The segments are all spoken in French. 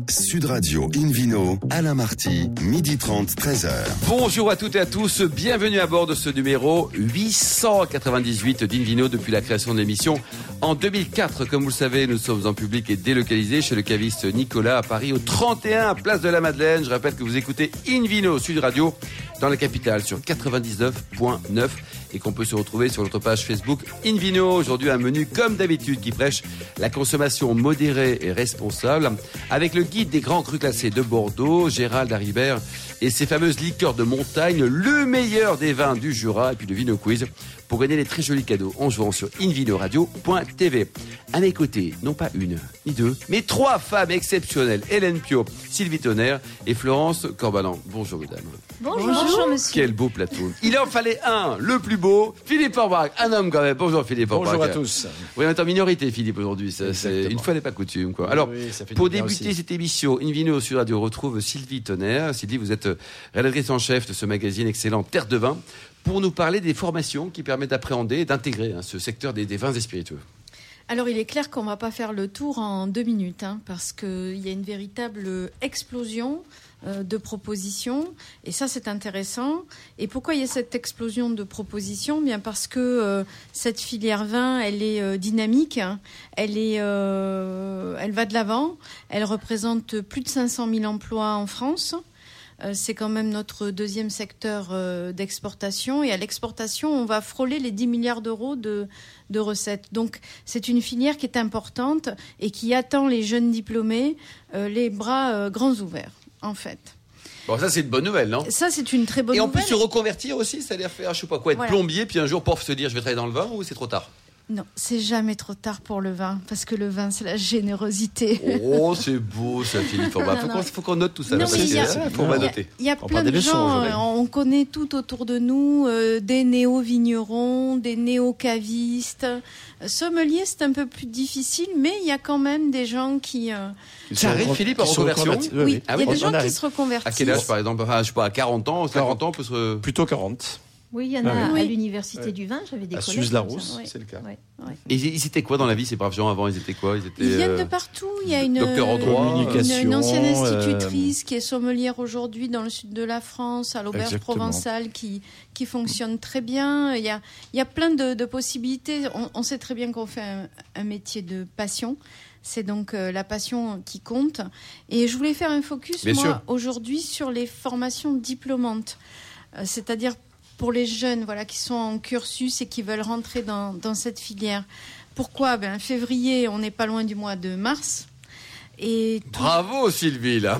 Sud Radio Invino, Alain Marty, 12h30, 13h. Bonjour à toutes et à tous, bienvenue à bord de ce numéro 898 d'Invino depuis la création de l'émission en 2004. Comme vous le savez, nous sommes en public et délocalisés chez le caviste Nicolas à Paris, au 31 Place de la Madeleine. Je rappelle que vous écoutez Invino Sud Radio dans la capitale sur 99.9 et qu'on peut se retrouver sur notre page Facebook Invino. Aujourd'hui, un menu comme d'habitude qui prêche la consommation modérée et responsable avec le guide des grands crus classés de Bordeaux, Gérald Haribert et ses fameuses liqueurs de montagne, le meilleur des vins du Jura et puis le Vino Quiz pour gagner les très jolis cadeaux en jouant sur invinoradio.tv. À mes côtés, non pas une, ni deux, mais trois femmes exceptionnelles. Hélène Pio, Sylvie Tonnerre et Florence Corbalan. Bonjour mesdames. Bonjour monsieur. Quel beau plateau. Il en fallait un, le plus beau, Philippe Orbach, un homme quand même. Bonjour Philippe Orbach. Bonjour à tous. Oui, on est en minorité Philippe aujourd'hui, c'est une fois n'est pas coutume quoi. Alors, oui, pour débuter cette émission, Invino sur Radio retrouve Sylvie Tonnerre. Sylvie, vous êtes rédactrice en chef de ce magazine excellent Terre de Vin, pour nous parler des formations qui permettent d'appréhender et d'intégrer ce secteur des vins et spiritueux. Alors il est clair qu'on ne va pas faire le tour en 2 minutes, parce qu'il y a une véritable explosion de propositions, et ça c'est intéressant. Et pourquoi il y a cette explosion de propositions ? Bien parce que cette filière vin, elle est dynamique, elle va de l'avant, elle représente plus de 500 000 emplois en France. C'est quand même notre deuxième secteur d'exportation. Et à l'exportation, on va frôler les 10 milliards d'euros de recettes. Donc, c'est une filière qui est importante et qui attend les jeunes diplômés les bras grands ouverts, en fait. Bon, ça, c'est une bonne nouvelle, non ? Ça, c'est une très bonne nouvelle. Et nouvelle. on peut se reconvertir aussi, c'est-à-dire faire, je sais pas quoi, être plombier, puis un jour, se dire, je vais travailler dans le vin, ou c'est trop tard ? Non, c'est jamais trop tard pour le vin, parce que le vin, c'est la générosité. Oh, c'est beau ça, Philippe. Faut qu'on note tout ça. Il y a plein de gens, on connaît tout autour de nous, des néo-vignerons, des néo-cavistes. Sommelier, c'est un peu plus difficile, mais il y a quand même des gens qui... Ça arrive, Philippe, en reconversion ? Oui, il y a des gens qui se reconvertissent. À quel âge, par exemple ? Je sais pas, à 40 ans, 50 ans, on peut se... Plutôt 40. Oui, il y en a à l'université du vin, j'avais des collègues. À Suze-la-Rousse, c'est le cas. Ils étaient quoi dans la vie, ces braves gens avant ? Ils étaient quoi ? Ils viennent de partout. Il y a docteur en droit, une ancienne institutrice qui est sommelière aujourd'hui dans le sud de la France, à l'Auberge provençale, qui fonctionne très bien. Il y a plein de possibilités. On sait très bien qu'on fait un métier de passion. C'est donc la passion qui compte. Et je voulais faire un focus, aujourd'hui, sur les formations diplômantes. C'est-à-dire pour les jeunes qui sont en cursus et qui veulent rentrer dans cette filière. Pourquoi ? Février, on n'est pas loin du mois de mars. Bravo Sylvie, là.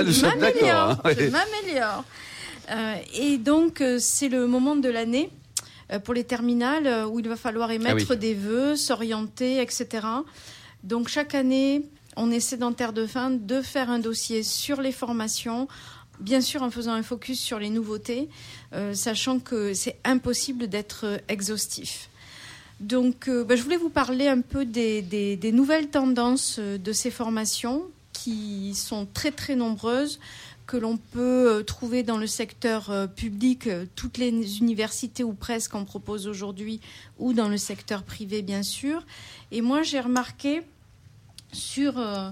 Je m'améliore. Et donc, c'est le moment de l'année pour les terminales où il va falloir émettre des vœux, s'orienter, etc. Donc, chaque année, on essaie dans Terre de Vin de faire un dossier sur les formations, bien sûr en faisant un focus sur les nouveautés, sachant que c'est impossible d'être exhaustif. Donc, je voulais vous parler un peu des nouvelles tendances de ces formations qui sont très très nombreuses, que l'on peut trouver dans le secteur public, toutes les universités ou presque en proposent aujourd'hui, ou dans le secteur privé bien sûr. Et moi j'ai remarqué sur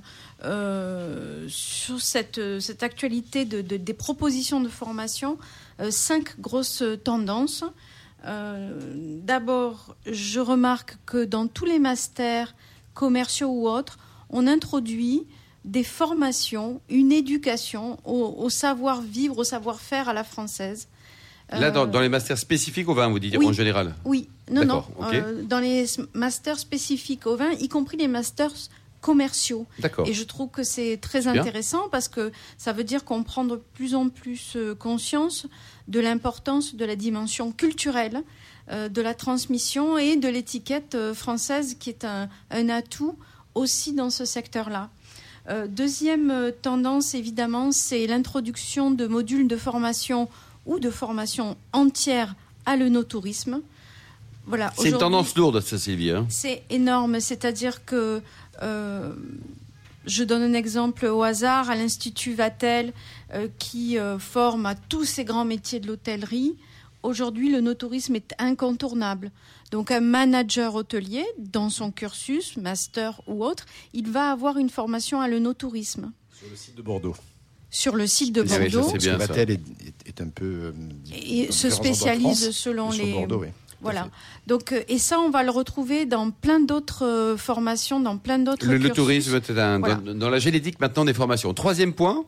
cette actualité des propositions de formation, 5 grosses tendances. D'abord, je remarque que dans tous les masters commerciaux ou autres, on introduit des formations, une éducation au savoir-vivre, au savoir-faire à la française. Là, dans les masters spécifiques au vin, vous dites en général ? Oui, non. Dans les masters spécifiques au vin, y compris les masters commerciaux. D'accord. Et je trouve que c'est très intéressant parce que ça veut dire qu'on prend de plus en plus conscience de l'importance de la dimension culturelle, de la transmission et de l'étiquette française qui est un atout aussi dans ce secteur-là. Deuxième tendance, évidemment, c'est l'introduction de modules de formation ou de formation entière à l'œnotourisme. Voilà, c'est une tendance lourde, ça, Sylvie. C'est énorme, c'est-à-dire que je donne un exemple au hasard, à l'Institut Vatel, qui forme à tous ces grands métiers de l'hôtellerie. Aujourd'hui, l'œnotourisme est incontournable. Donc, un manager hôtelier, dans son cursus, master ou autre, il va avoir une formation à l'œnotourisme. Sur le site de Bordeaux. Sur le site de Bordeaux. Oui, bien Vatel est un peu... et se spécialise selon les... Bordeaux, oui. Voilà. Donc, et ça, on va le retrouver dans plein d'autres formations, dans plein d'autres cursus. Le tourisme, dans la génétique maintenant des formations. Troisième point,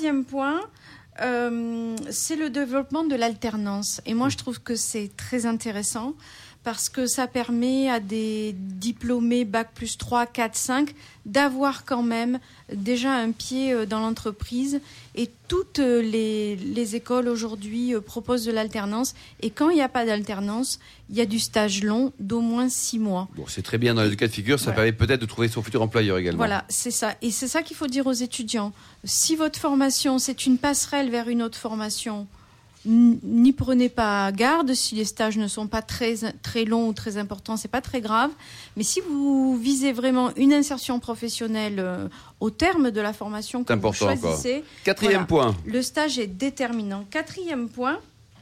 c'est le développement de l'alternance. Et moi, je trouve que c'est très intéressant parce que ça permet à des diplômés Bac plus 3, 4, 5 d'avoir quand même déjà un pied dans l'entreprise. Et toutes les écoles aujourd'hui proposent de l'alternance. Et quand il n'y a pas d'alternance, il y a du stage long d'au moins 6 mois. Bon, c'est très bien dans les deux cas de figure, ça permet peut-être de trouver son futur employeur également. Voilà, c'est ça. Et c'est ça qu'il faut dire aux étudiants. Si votre formation, c'est une passerelle vers une autre formation, n'y prenez pas garde. Si les stages ne sont pas très, très longs ou très importants, c'est pas très grave. Mais si vous visez vraiment une insertion professionnelle au terme de la formation que vous choisissez... Quatrième point. Le stage est déterminant. Quatrième point,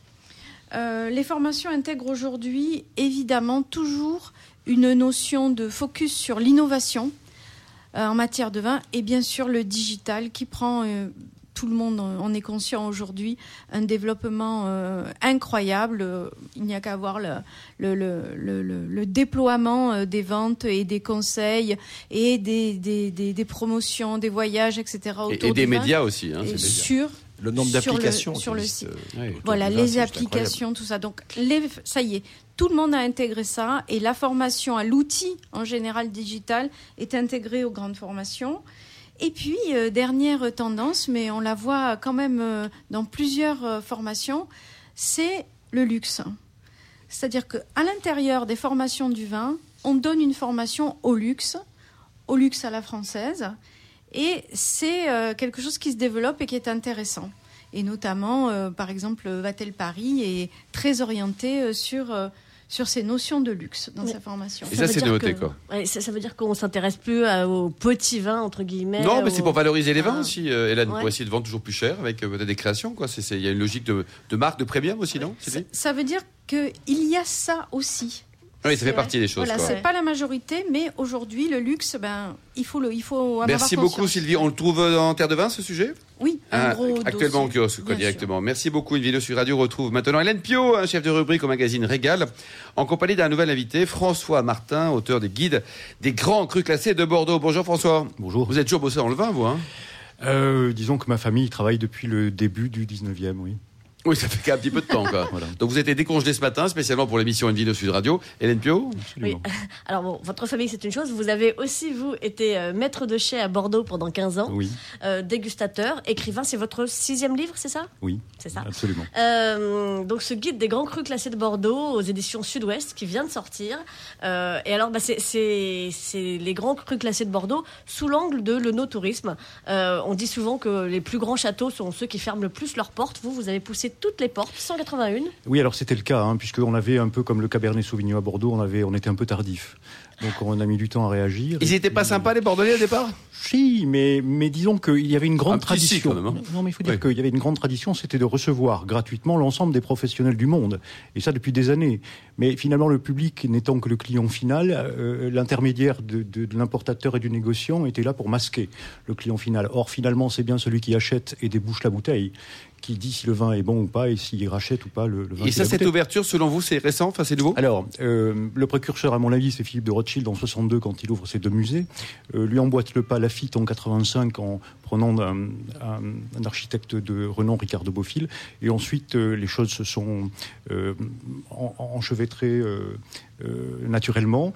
les formations intègrent aujourd'hui, évidemment, toujours une notion de focus sur l'innovation en matière de vin et bien sûr le digital qui prend... tout le monde en est conscient aujourd'hui, un développement incroyable. Il n'y a qu'à voir le déploiement des ventes et des conseils et des promotions, des voyages, etc. Et des médias aussi. Hein, sur le nombre d'applications sur le site. Oui. Voilà, les applications, tout ça. Donc, ça y est, tout le monde a intégré ça et la formation à l'outil, en général digital, est intégrée aux grandes formations. Et puis, dernière tendance, mais on la voit quand même dans plusieurs formations, c'est le luxe. C'est-à-dire qu'à l'intérieur des formations du vin, on donne une formation au luxe à la française, et c'est quelque chose qui se développe et qui est intéressant. Et notamment, par exemple, Vatel Paris est très orienté sur ces notions de luxe dans sa formation. Et ça c'est noté, quoi. Ouais, ça veut dire qu'on ne s'intéresse plus aux petits vins, entre guillemets. Non, mais c'est pour valoriser les vins aussi, Hélène, pour essayer de vendre toujours plus cher avec peut-être des créations, quoi. Il y a une logique de marque, de premium aussi, non? Ça veut dire qu'il y a ça aussi. Oui, ça fait partie des choses. Voilà, c'est pas la majorité, mais aujourd'hui, le luxe, il faut en avoir Merci beaucoup, Sylvie. On le trouve en Terre de Vin, ce sujet? Oui, gros actuellement dossier, au kiosque, directement. Sûr. Merci beaucoup. Une vidéo sur Radio retrouve maintenant Hélène Pio, chef de rubrique au magazine Régal, en compagnie d'un nouvel invité, François Martin, auteur des guides des grands crus classés de Bordeaux. Bonjour François. Bonjour. Vous êtes toujours bossé dans le vin, vous, hein? Disons que ma famille travaille depuis le début du 19e, oui. Oui, ça fait qu'un petit peu de temps, quoi. Voilà. Donc vous êtes décongelé ce matin, spécialement pour l'émission Une Vidéo Sud Radio. Hélène Pio? Absolument. Oui. Alors bon, votre famille, c'est une chose. Vous avez aussi, vous, été maître de chai à Bordeaux pendant 15 ans. Oui. Dégustateur, écrivain. C'est votre 6e livre, c'est ça? Oui. C'est ça. Absolument. Donc ce guide des grands crus classés de Bordeaux aux éditions Sud-Ouest qui vient de sortir. Et alors, c'est les grands crus classés de Bordeaux sous l'angle de l'œnotourisme. On dit souvent que les plus grands châteaux sont ceux qui ferment le plus leurs portes. Vous avez poussé toutes les portes, 181. Oui, alors c'était le cas, puisqu'on avait un peu comme le Cabernet Sauvignon à Bordeaux, on était un peu tardif. Donc on a mis du temps à réagir. Ils n'étaient pas sympas, les Bordelais, au départ? Si, mais disons qu'il y avait une grande tradition. Quand même, hein. Non, mais il faut dire qu'il y avait une grande tradition, c'était de recevoir gratuitement l'ensemble des professionnels du monde. Et ça depuis des années. Mais finalement, le public n'étant que le client final, l'intermédiaire de l'importateur et du négociant était là pour masquer le client final. Or, finalement, c'est bien celui qui achète et débouche la bouteille qui dit si le vin est bon ou pas et s'il rachète ou pas le vin. Et ça, cette ouverture, selon vous, c'est récent, c'est nouveau? Alors, le précurseur, à mon avis, c'est Philippe de Rothschild en 62 quand il ouvre ses 2 musées. Lui emboîte le pas Laffitte en 85 en prenant un architecte de renom, Ricard de Beaufil. Et ensuite, les choses se sont enchevêtrées naturellement.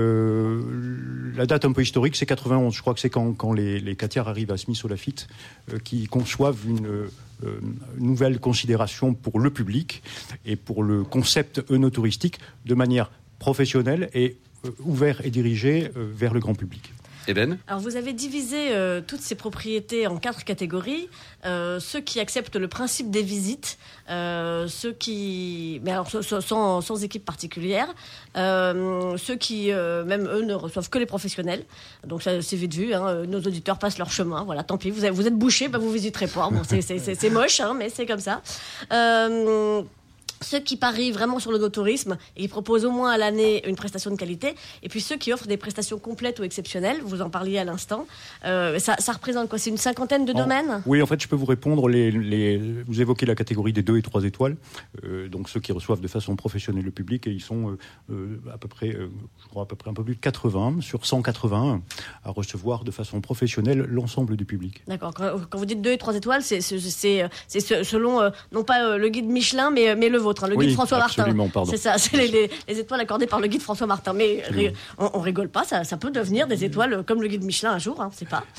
La date un peu historique, c'est 91. Je crois que c'est quand les Catiars arrivent à Smith au Laffitte qui conçoivent une nouvelle considération pour le public et pour le concept œnotouristique de manière professionnelle et ouvert et dirigé vers le grand public. Hélène? Alors vous avez divisé toutes ces propriétés en 4 catégories. Ceux qui acceptent le principe des visites, ceux qui, mais alors sans équipe particulière, ceux qui même eux ne reçoivent que les professionnels. Donc ça c'est vite vu. Nos auditeurs passent leur chemin. Voilà, tant pis. Vous êtes bouchés, vous visiterez pas. Bon, c'est moche, mais c'est comme ça. ceux qui parient vraiment sur le no-tourisme et qui proposent au moins à l'année une prestation de qualité, et puis ceux qui offrent des prestations complètes ou exceptionnelles, vous en parliez à l'instant. Ça représente quoi? C'est une cinquantaine de domaines? Oui, en fait, je peux vous répondre. Vous évoquez la catégorie des 2 et 3 étoiles, donc ceux qui reçoivent de façon professionnelle le public, et ils sont à peu près un peu plus de 80 sur 181 à recevoir de façon professionnelle l'ensemble du public. D'accord. Quand vous dites 2 et 3 étoiles, c'est selon, non pas le guide Michelin, mais le vôtre. Le guide François Martin. Pardon. C'est ça, c'est les étoiles accordées par le guide François Martin. Mais on rigole pas, ça peut devenir des étoiles comme le guide Michelin un jour, on ne sait pas.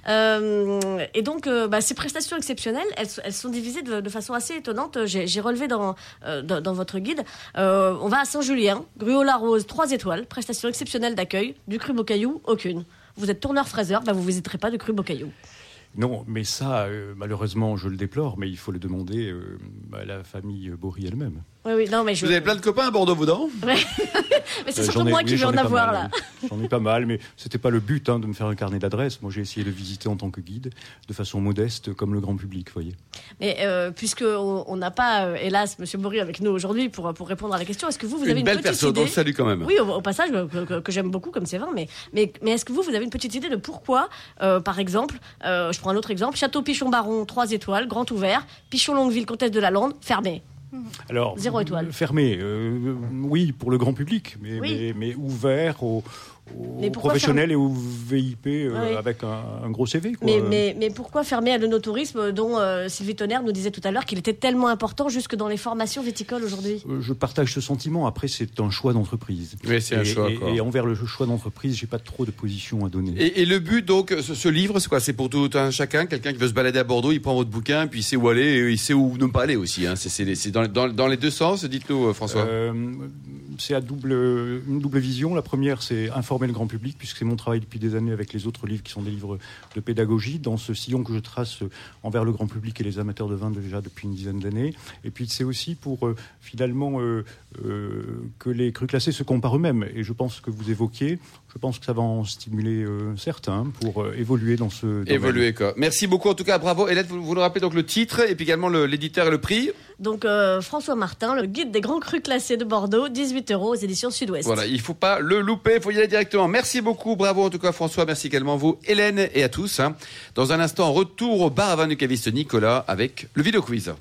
Et donc, ces prestations exceptionnelles, elles sont divisées de façon assez étonnante. J'ai relevé dans votre guide. On va à Saint-Julien, Gruau-la-Rose, 3 étoiles, prestations exceptionnelles d'accueil, du cru Beaucaillou, aucune. Vous êtes tourneur-fraiseur, vous ne visiterez pas de cru Beaucaillou. Non, mais ça, malheureusement, je le déplore, mais il faut le demander à la famille Bory elle-même. Oui, non, mais Vous avez plein de copains à Bordeaux, vous, non? Mais c'est surtout moi qui veux en avoir, là. J'en ai pas mal, mais c'était pas le but de me faire un carnet d'adresses. Moi, j'ai essayé de visiter en tant que guide, de façon modeste, comme le grand public, vous voyez. Mais puisqu'on n'a pas, hélas, M. Bory avec nous aujourd'hui pour répondre à la question, est-ce que vous avez une belle petite personne, idée? on le salue quand même. Oui, au passage, que j'aime beaucoup comme Séverin, mais est-ce que vous avez une petite idée de pourquoi, par exemple, je prends un autre exemple, Château Pichon-Baron, 3 étoiles, grand ouvert, Pichon-Longueville, Comtesse de la Lande, fermé? Alors, 0 étoile. Fermé, oui, pour le grand public, mais ouvert aux professionnels et aux VIP avec un gros CV. Quoi. Mais pourquoi fermer à l'œnotourisme dont Sylvie Tonnerre nous disait tout à l'heure qu'il était tellement important jusque dans les formations viticoles aujourd'hui? Je partage ce sentiment. Après, c'est un choix d'entreprise. Oui, c'est un choix. Et envers le choix d'entreprise, j'ai pas trop de position à donner. Et le but, donc, ce livre, c'est quoi? C'est pour tout un chacun. Quelqu'un qui veut se balader à Bordeaux, il prend votre bouquin, puis il sait où aller, et il sait où ne pas aller aussi. Hein. C'est dans les deux sens. Dites-nous, François. C'est une double vision. La première, c'est informer le grand public, puisque c'est mon travail depuis des années avec les autres livres qui sont des livres de pédagogie, dans ce sillon que je trace envers le grand public et les amateurs de vin déjà depuis une dizaine d'années. Et puis c'est aussi pour finalement que les crus classés se comparent eux-mêmes. Et je pense que vous évoquiez, je pense que ça va en stimuler certains pour évoluer dans ce domaine. Évoluer, quoi. Merci beaucoup, en tout cas, bravo. Hélène, vous nous rappelez donc le titre et puis également l'éditeur et le prix? Donc François Martin, le guide des grands crus classés de Bordeaux, 18 € aux éditions Sud-Ouest. Voilà, il ne faut pas le louper, il faut y aller directement. Merci beaucoup, bravo en tout cas François, merci également vous, Hélène, et à tous. Dans un instant, retour au bar à vin du caviste Nicolas avec le vidéo quiz.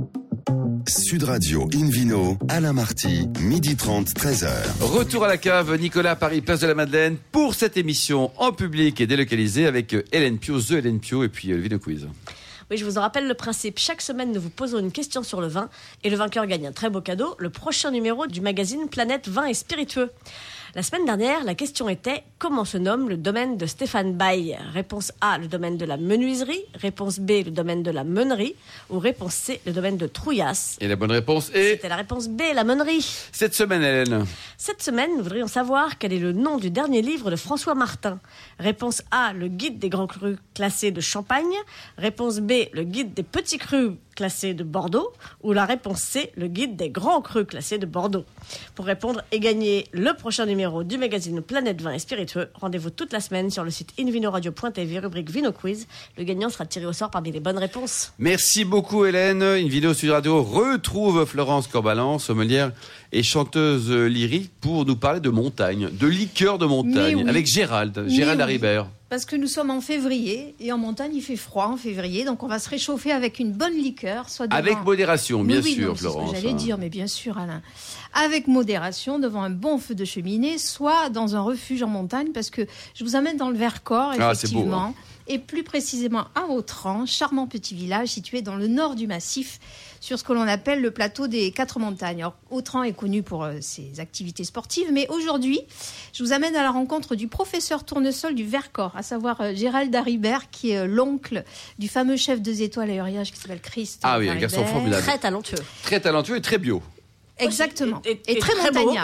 Sud Radio Invino, Alain Marty, 12h30, 13h. Retour à la cave, Nicolas à Paris, place de la Madeleine, pour cette émission en public et délocalisée avec Hélène Pio, Hélène Pio, et puis le vidéo quiz. Oui, je vous en rappelle le principe. Chaque semaine, nous vous posons une question sur le vin et le vainqueur gagne un très beau cadeau, le prochain numéro du magazine Planète Vin et Spiritueux. La semaine dernière, la question était « Comment se nomme le domaine de Stéphane Baye ?» Réponse A, le domaine de la menuiserie. Réponse B, le domaine de la meunerie. Ou réponse C, le domaine de Trouillas. Et la bonne réponse est... C'était la réponse B, la meunerie. Cette semaine, Hélène. Cette semaine, nous voudrions savoir quel est le nom du dernier livre de François Martin. Réponse A, le guide des grands crus classés de Champagne. Réponse B, le guide des petits crus classés de Bordeaux. Ou la réponse C, le guide des grands crus classés de Bordeaux. Pour répondre et gagner le prochain numéro du magazine Planète Vin et Spiritueux, rendez-vous toute la semaine sur le site invinoradio.tv, rubrique Vino Quiz. Le gagnant sera tiré au sort parmi les bonnes réponses. Merci beaucoup Hélène. Invino Sud Radio retrouve Florence Corbalan, sommelière et chanteuse lyrique, pour nous parler de montagne, de liqueur de montagne, oui. Avec Gérald Haribert. Parce que nous sommes en février, et en montagne, il fait froid en février, donc on va se réchauffer avec une bonne liqueur. Soit devant... Avec modération, bien sûr, non, Florence. C'est ce que j'allais dire, mais bien sûr, Alain. Avec modération, devant un bon feu de cheminée, soit dans un refuge en montagne, parce que je vous amène dans le Vercors, effectivement. C'est beau, hein. Et plus précisément à Autran, charmant petit village situé dans le nord du massif, sur ce que l'on appelle le plateau des 4 montagnes. Alors, Autran est connu pour ses activités sportives, mais aujourd'hui, je vous amène à la rencontre du professeur tournesol du Vercors, à savoir Gérald Haribert, qui est l'oncle du fameux chef 2 étoiles aériage qui s'appelle Christ. Ah oui, un garçon formidable. Très talentueux. Très talentueux et très bio. Exactement. Et très très montagnard.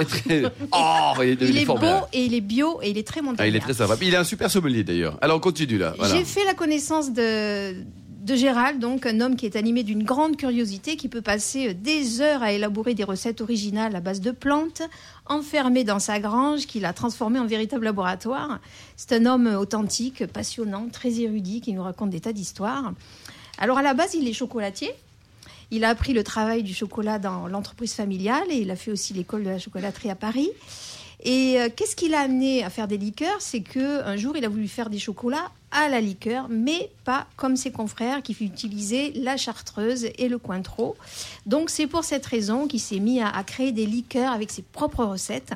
Il est beau formidable. et il est bio et il est très montagnard. Il est très sympa. Il a un super sommelier d'ailleurs. Alors on continue là. Voilà. J'ai fait la connaissance de Gérald, donc un homme qui est animé d'une grande curiosité, qui peut passer des heures à élaborer des recettes originales à base de plantes, enfermé dans sa grange qu'il a transformé en véritable laboratoire. C'est un homme authentique, passionnant, très érudit, qui nous raconte des tas d'histoires. Alors à la base, il est chocolatier. Il a appris le travail du chocolat dans l'entreprise familiale et il a fait aussi l'école de la chocolaterie à Paris. Et qu'est-ce qui l'a amené à faire des liqueurs ? C'est qu'un jour, il a voulu faire des chocolats à la liqueur, mais pas comme ses confrères qui utilisaient la chartreuse et le cointreau. Donc, c'est pour cette raison qu'il s'est mis à créer des liqueurs avec ses propres recettes.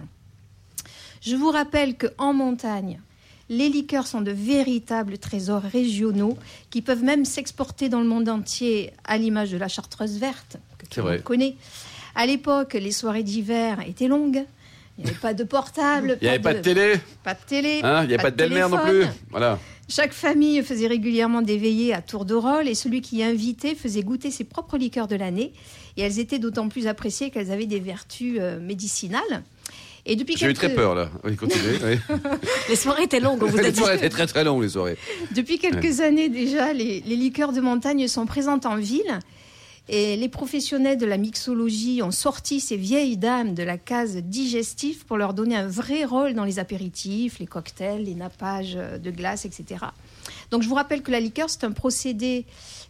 Je vous rappelle qu'en montagne, les liqueurs sont de véritables trésors régionaux qui peuvent même s'exporter dans le monde entier, à l'image de la chartreuse verte, que tout le monde connaît. À l'époque, les soirées d'hiver étaient longues. Il n'y avait pas de portable. Il n'y avait pas de télé. Pas de télé. Il n'y a pas de belle-mère non plus. Voilà. Chaque famille faisait régulièrement des veillées à tour de rôle et celui qui invitait faisait goûter ses propres liqueurs de l'année. Et elles étaient d'autant plus appréciées qu'elles avaient des vertus médicinales. Et depuis J'ai eu très peur là. Oui, continuez. Oui. Les soirées étaient longues, on vous a dit. Les soirées étaient très très longues, les soirées. Depuis quelques années déjà, les liqueurs de montagne sont présentes en ville. Et les professionnels de la mixologie ont sorti ces vieilles dames de la case digestive pour leur donner un vrai rôle dans les apéritifs, les cocktails, les nappages de glace, etc. Donc je vous rappelle que la liqueur, c'est un procédé,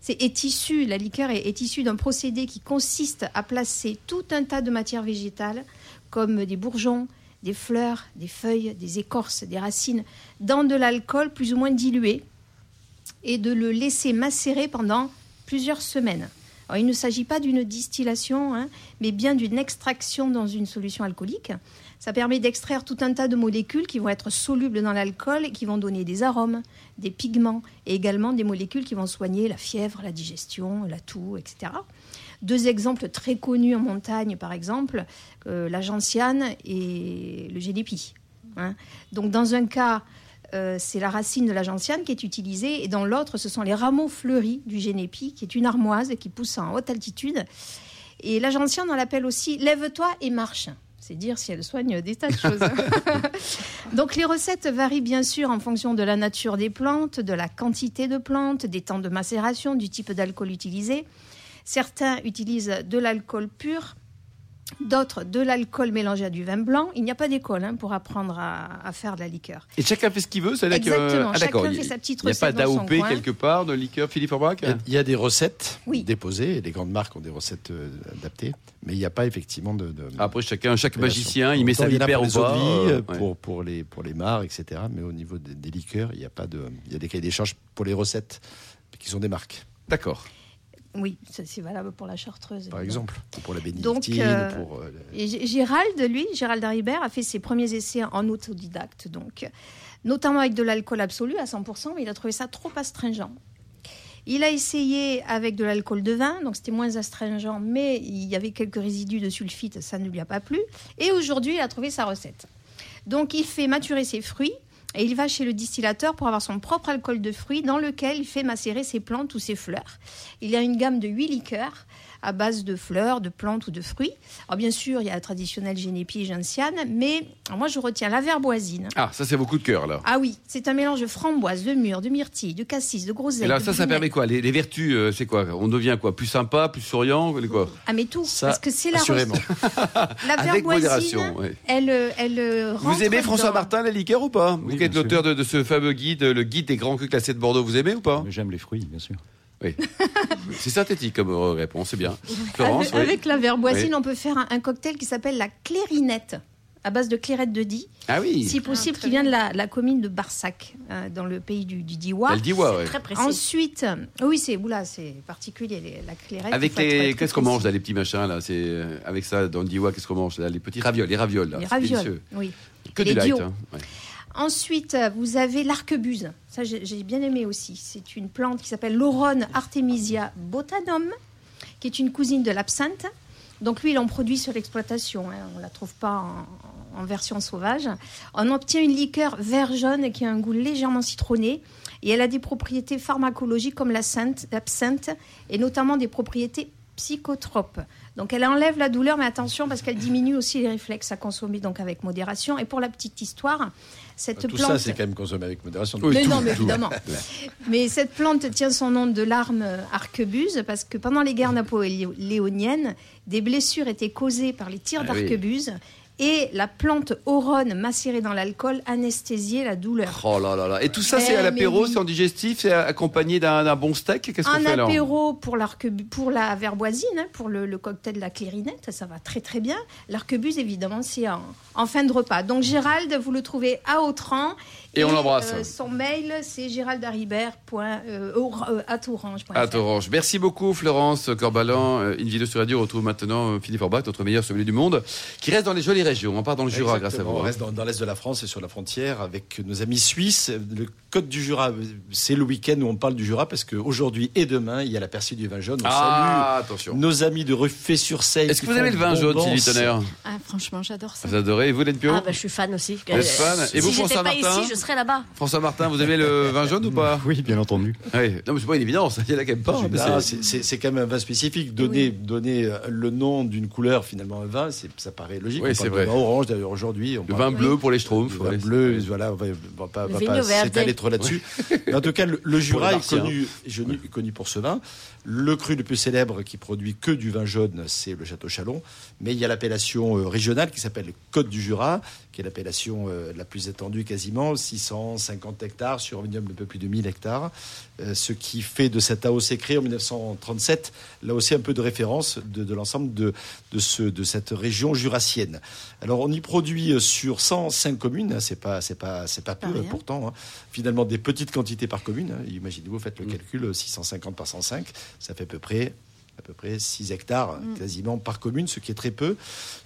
la liqueur est issue d'un procédé qui consiste à placer tout un tas de matières végétales, comme des bourgeons, des fleurs, des feuilles, des écorces, des racines, dans de l'alcool plus ou moins dilué, et de le laisser macérer pendant plusieurs semaines. Alors, il ne s'agit pas d'une distillation, mais bien d'une extraction dans une solution alcoolique. Ça permet d'extraire tout un tas de molécules qui vont être solubles dans l'alcool et qui vont donner des arômes, des pigments et également des molécules qui vont soigner la fièvre, la digestion, la toux, etc. 2 exemples très connus en montagne, par exemple, la gentiane et le génépi. Donc, dans un cas, c'est la racine de la gentiane qui est utilisée et dans l'autre, ce sont les rameaux fleuris du génépi, qui est une armoise qui pousse en haute altitude. Et la gentiane, on l'appelle aussi « lève-toi et marche ». C'est dire si elle soigne des tas de choses. Donc les recettes varient bien sûr en fonction de la nature des plantes, de la quantité de plantes, des temps de macération, du type d'alcool utilisé. Certains utilisent de l'alcool pur, d'autres de l'alcool mélangé à du vin blanc. Il n'y a pas d'école pour apprendre à faire de la liqueur. Et chacun fait ce qu'il veut, c'est-à-dire exactement, chacun fait sa petite recette. Il n'y a pas d'AOP quelque part de liqueur, Philippe Orbach ? Il y a des recettes déposées, et les grandes marques ont des recettes adaptées, mais il n'y a pas effectivement de Après, chaque magicien, il met sa vipère ou pas. Pour les mares, etc. Mais au niveau des liqueurs, il y a pas de. Il y a des cahiers d'échange pour les recettes qui sont des marques. D'accord. Oui, c'est valable pour la chartreuse. Par exemple, ou pour la bénédictine. Donc, Gérald Haribert a fait ses premiers essais en autodidacte, donc, notamment avec de l'alcool absolu à 100%, mais il a trouvé ça trop astringent. Il a essayé avec de l'alcool de vin, donc c'était moins astringent, mais il y avait quelques résidus de sulfite, ça ne lui a pas plu. Et aujourd'hui, il a trouvé sa recette. Donc, il fait maturer ses fruits. Et il va chez le distillateur pour avoir son propre alcool de fruits dans lequel il fait macérer ses plantes ou ses fleurs. Il y a une gamme de 8 liqueurs à base de fleurs, de plantes ou de fruits. Alors bien sûr, il y a la traditionnelle génépi et gentiane, mais moi je retiens la verboisine. Ah, ça c'est vos coups de cœur là. Ah oui, c'est un mélange de framboise, de mûre, de myrtille, de cassis, de groseille. Et là, ça permet quoi les vertus, c'est quoi ? On devient quoi ? Plus sympa, plus souriant, quoi ? Ah mais tout, ça, parce que c'est la assurément. La avec verboisine, modération, ouais. elle rentre. Vous aimez François Martin, la liqueur ou pas ? Oui, vous qui êtes l'auteur de ce fameux guide, le guide des grands crus classés de Bordeaux, vous aimez ou pas ? J'aime les fruits, bien sûr. Oui. C'est synthétique comme réponse, c'est bien. Florence, avec la verboisine, on peut faire un cocktail qui s'appelle la clarinette, à base de clairette de Die. Ah oui. Si possible, qui vient de la commune de Barsac, dans le pays du Diois. Le Diois, oui. Très précis. Ensuite, oui, c'est particulier, la clairette. Avec qu'est-ce qu'on mange là, les petits machins là ? C'est avec ça dans le Diois, qu'est-ce qu'on mange là ? Les petits ravioles, les ravioles là. Les c'est ravioles, délicieux. oui. Que du light. Hein. Ouais. Ensuite, vous avez l'arquebuse. Ça, j'ai bien aimé aussi. C'est une plante qui s'appelle l'Auron Artemisia botanum, qui est une cousine de l'absinthe. Donc, lui, il en produit sur l'exploitation. On ne la trouve pas en version sauvage. On obtient une liqueur vert jaune qui a un goût légèrement citronné. Et elle a des propriétés pharmacologiques comme l'absinthe et notamment des propriétés psychotropes. Donc, elle enlève la douleur, mais attention, parce qu'elle diminue aussi les réflexes à consommer, donc avec modération. Et pour la petite histoire, cette tout plante... ça, c'est quand même consommé avec modération. Mais non, mais évidemment. Mais cette plante tient son nom de l'arme arquebuse, parce que pendant les guerres napoléoniennes, des blessures étaient causées par les tirs d'arquebuse. et la plante Oronne macérée dans l'alcool anesthésiait la douleur. Oh là là là. Et tout ça, c'est à l'apéro, c'est en digestif, c'est accompagné d'un bon steak. Qu'est-ce qu'on fait alors ? Un apéro pour la verboisine, pour le cocktail de la clarinette, ça va très très bien. L'arquebuse, évidemment, c'est en fin de repas. Donc Gérald, vous le trouvez à Autran. Et on l'embrasse. Son mail, c'est géraldaribert@orange.fr. Merci beaucoup, Florence Corbalan. Invino sur Radio retrouve maintenant Philippe Orbach, notre meilleur sommelier du monde, qui reste dans les jolies régions. On part dans le Jura grâce à vous. On reste dans l'est de la France et sur la frontière avec nos amis suisses. Le Côte du Jura, c'est le week-end où on parle du Jura parce qu'aujourd'hui et demain, il y a la Percée du vin jaune. On salue nos amis de Ruffey-sur-Seille. Est-ce que vous aimez le vin jaune, Sylvie Tonnerre ? Franchement, j'adore ça. Vous adorez. Et vous, Hélène Pio ? Je suis fan aussi. Vous êtes fan ? Et vous, si j'étais François pas Martin ? ici, je serais là-bas. François Martin, vous aimez le vin jaune ou pas ? Oui, bien entendu. Oui. Non, mais c'est pas une évidence. Il y en a quand même pas. C'est quand même un vin spécifique. Donner le nom d'une couleur, finalement, un vin, ça paraît logique. Oui, c'est vrai. Le vin orange, d'ailleurs, aujourd'hui. Le vin bleu pour les Schtroumpfs. Le vin bleu, voilà, on va pas s'étaler trop là-dessus. Mais en tout cas, le Jura est connu pour ce vin. Le cru le plus célèbre qui produit que du vin jaune, c'est le Château Chalon. Mais il y a l'appellation régionale qui s'appelle Côte du Jura, qui est l'appellation la plus étendue quasiment, 650 hectares sur un vignoble de peu plus de 1000 hectares. Ce qui fait de cette AOC créée en 1937, là aussi un peu de référence de l'ensemble de cette région jurassienne. Alors on y produit sur 105 communes, c'est pas peu pourtant, finalement des petites quantités par commune. Imaginez-vous, faites le calcul, 650 par 105, ça fait à peu près 6 hectares quasiment par commune, ce qui est très peu.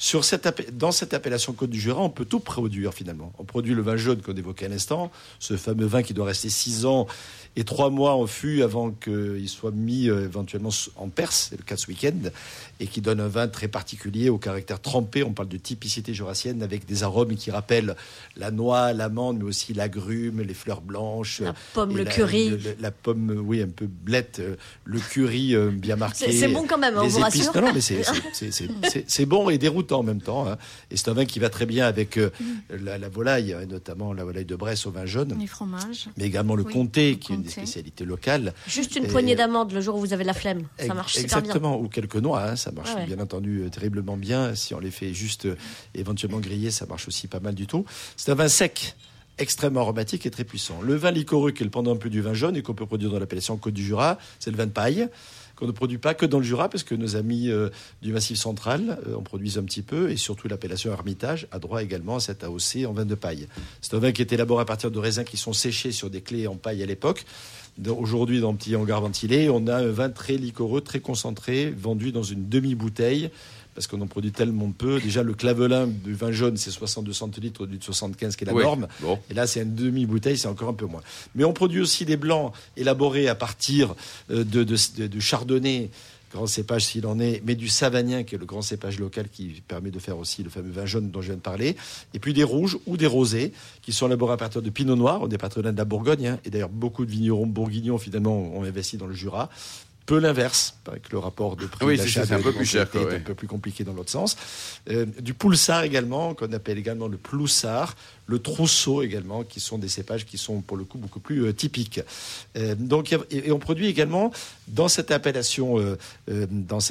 Dans cette appellation Côte du Jura, on peut tout produire finalement. On produit le vin jaune qu'on évoquait à l'instant, ce fameux vin qui doit rester 6 ans et 3 mois en fût avant qu'il soit mis éventuellement en Perse, c'est le cas ce week-end, et qui donne un vin très particulier au caractère trempé. On parle de typicité jurassienne avec des arômes qui rappellent la noix, l'amande, mais aussi l'agrume, les fleurs blanches. La pomme, le curry. La pomme, oui, un peu blette, le curry bien marqué. C'est bon quand même, on vous rassure. Non, mais c'est bon et déroutant en même temps. Et c'est un vin qui va très bien avec la volaille, notamment la volaille de Bresse au vin jaune. Les fromages. Mais également le comté, qui est une des spécialités locales. Juste une poignée d'amandes le jour où vous avez de la flemme. Ça marche super bien. Exactement, ou quelques noix, ça marche bien entendu terriblement bien. Si on les fait juste éventuellement griller, ça marche aussi pas mal du tout. C'est un vin sec, extrêmement aromatique et très puissant. Le vin liquoreux, qui est le pendant un peu du vin jaune et qu'on peut produire dans l'appellation Côte du Jura, c'est le vin de paille, qu'on ne produit pas que dans le Jura, parce que nos amis du Massif central en produisent un petit peu, et surtout l'appellation Hermitage a droit également à cette AOC en vin de paille. C'est un vin qui est élaboré à partir de raisins qui sont séchés sur des clés en paille à l'époque. Aujourd'hui, dans un petit hangar ventilé, on a un vin très liquoreux, très concentré, vendu dans une demi-bouteille, parce qu'on en produit tellement peu. Déjà, le clavelin du vin jaune, c'est 62 centilitres au lieu de 75, qui est la norme. Bon. Et là, c'est une demi-bouteille, c'est encore un peu moins. Mais on produit aussi des blancs élaborés à partir de chardonnay, grand cépage s'il en est, mais du savagnin, qui est le grand cépage local qui permet de faire aussi le fameux vin jaune dont je viens de parler. Et puis des rouges ou des rosés, qui sont élaborés à partir de pinot noir, au département de la Bourgogne. Et d'ailleurs, beaucoup de vignerons bourguignons, finalement, ont investi dans le Jura. Peu l'inverse, avec le rapport de prix d'achat c'est un peu plus cher, un peu plus compliqué dans l'autre sens. Du Poulsard également, qu'on appelle également le Ploussard, le Trousseau également, qui sont des cépages qui sont pour le coup beaucoup plus typiques. Donc, et on produit également dans cette appellation, dans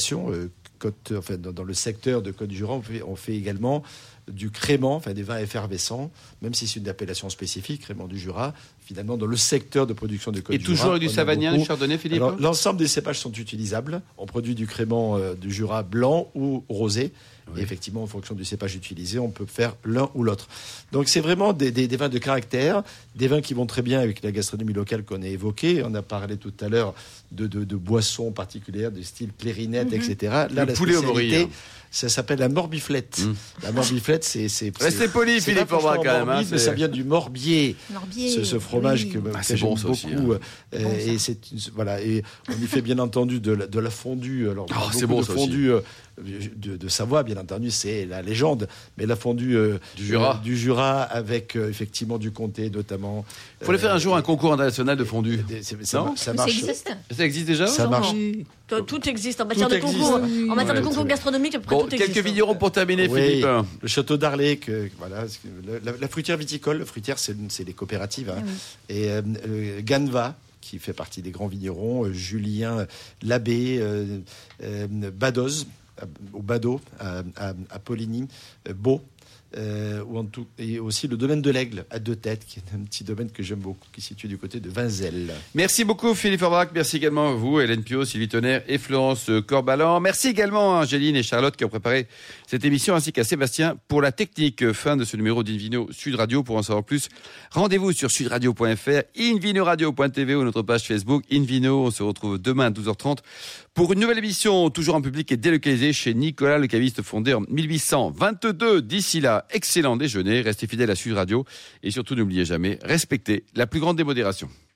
le secteur de Côte du Jura, on fait également du crément, enfin des vins effervescents, même si c'est une appellation spécifique, crément du Jura, finalement dans le secteur de production de Côte du Jura. Et toujours avec du savagnin, du chardonnay, Philippe ? Alors, l'ensemble des cépages sont utilisables. On produit du crément du Jura blanc ou rosé. Oui. Et effectivement, en fonction du cépage utilisé, on peut faire l'un ou l'autre. Donc c'est vraiment des vins de caractère, des vins qui vont très bien avec la gastronomie locale qu'on a évoquée. On a parlé tout à l'heure de boissons particulières, de style clarinette, etc. Là, la spécialité, ça s'appelle la morbiflette. La morbiflette, c'est restez poli, Philippe Orbach, quand même. Mais ça vient du morbier. Ce fromage que c'est bon, ça beaucoup. Aussi, et voilà. Et on y fait bien entendu de la fondue. Alors, c'est bon, ça fondue de Savoie, bien entendu, c'est la légende. Mais la fondue du Jura avec effectivement du comté, notamment. Il faudrait faire un jour un concours international de fondue. Ça marche. Ça existe déjà ? Ça marche. Tout existe en matière de concours. En matière de concours gastronomique, après tout existe. Quelques vignerons pour terminer, Philippe. Le château d'Arlay, voilà, la fruitière viticole. La fruitière, c'est les coopératives. Et Ganva, qui fait partie des grands vignerons, Julien Labbé, Badoz, au Badaud, à Poligny, Beau. Et aussi le domaine de l'Aigle à Deux Têtes, qui est un petit domaine que j'aime beaucoup, qui est situé du côté de Vinzelles. Merci beaucoup Philippe Aubrac, merci également à vous, Hélène Pio, Sylvie Tonnerre et Florence Corbalan. Merci également à Angéline et Charlotte qui ont préparé cette émission, ainsi qu'à Sébastien pour la technique. Fin de ce numéro d'Invino Sud Radio. Pour en savoir plus, rendez-vous sur sudradio.fr, invinoradio.tv ou notre page Facebook Invino. On se retrouve demain à 12h30 pour une nouvelle émission, toujours en public et délocalisée chez Nicolas le caviste, fondé en 1822. D'ici là, excellent déjeuner, restez fidèles à Sud Radio et surtout n'oubliez jamais, respectez la plus grande démodération.